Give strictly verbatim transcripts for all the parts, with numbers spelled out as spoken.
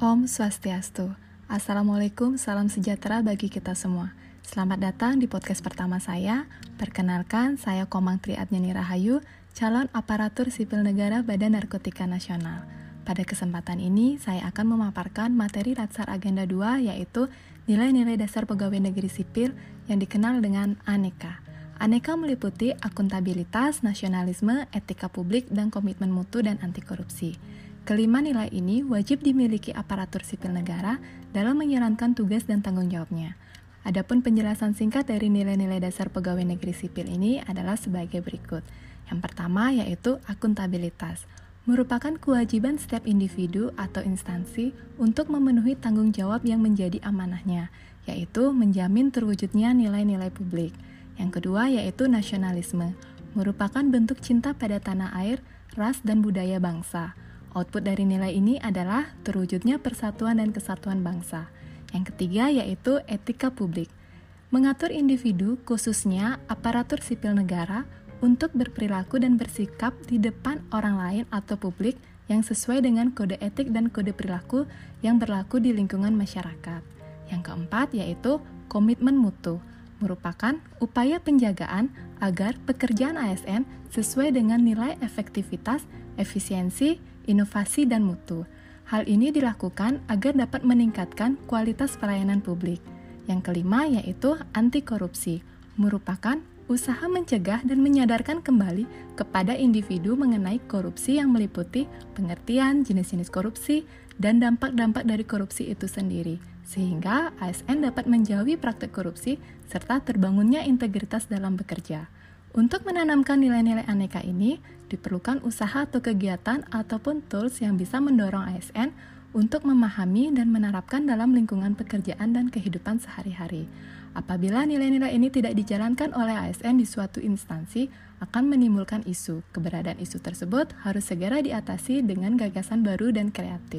Om Swastiastu. Assalamualaikum, salam sejahtera bagi kita semua. Selamat datang di podcast pertama saya. Perkenalkan, saya Komang Triatnyani Rahayu, calon aparatur sipil negara Badan Narkotika Nasional. Pada kesempatan ini, saya akan memaparkan materi Latsar Agenda dua, yaitu nilai-nilai dasar pegawai negeri sipil yang dikenal dengan Aneka. Aneka meliputi akuntabilitas, nasionalisme, etika publik, dan komitmen mutu dan anti korupsi. Kelima nilai ini wajib dimiliki aparatur sipil negara dalam menjalankan tugas dan tanggung jawabnya. Adapun penjelasan singkat dari nilai-nilai dasar pegawai negeri sipil ini adalah sebagai berikut. Yang pertama yaitu akuntabilitas, merupakan kewajiban setiap individu atau instansi untuk memenuhi tanggung jawab yang menjadi amanahnya, yaitu menjamin terwujudnya nilai-nilai publik. Yang kedua yaitu nasionalisme, merupakan bentuk cinta pada tanah air, ras, dan budaya bangsa. Output dari nilai ini adalah terwujudnya persatuan dan kesatuan bangsa. Yang ketiga yaitu etika publik, mengatur individu khususnya aparatur sipil negara untuk berperilaku dan bersikap di depan orang lain atau publik yang sesuai dengan kode etik dan kode perilaku yang berlaku di lingkungan masyarakat. Yang keempat yaitu komitmen mutu, merupakan upaya penjagaan agar pekerjaan A S N sesuai dengan nilai efektivitas, efisiensi, inovasi, dan mutu. Hal ini dilakukan agar dapat meningkatkan kualitas pelayanan publik. Yang kelima yaitu anti korupsi, merupakan usaha mencegah dan menyadarkan kembali kepada individu mengenai korupsi yang meliputi pengertian jenis-jenis korupsi dan dampak-dampak dari korupsi itu sendiri, sehingga A S N dapat menjauhi praktek korupsi serta terbangunnya integritas dalam bekerja. Untuk menanamkan nilai-nilai aneka ini, diperlukan usaha atau kegiatan ataupun tools yang bisa mendorong A S N untuk memahami dan menerapkan dalam lingkungan pekerjaan dan kehidupan sehari-hari. Apabila nilai-nilai ini tidak dijalankan oleh A S N di suatu instansi, akan menimbulkan isu. Keberadaan isu tersebut harus segera diatasi dengan gagasan baru dan kreatif.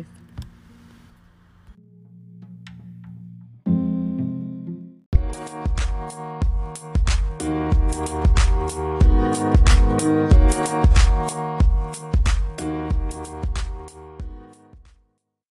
Thank you.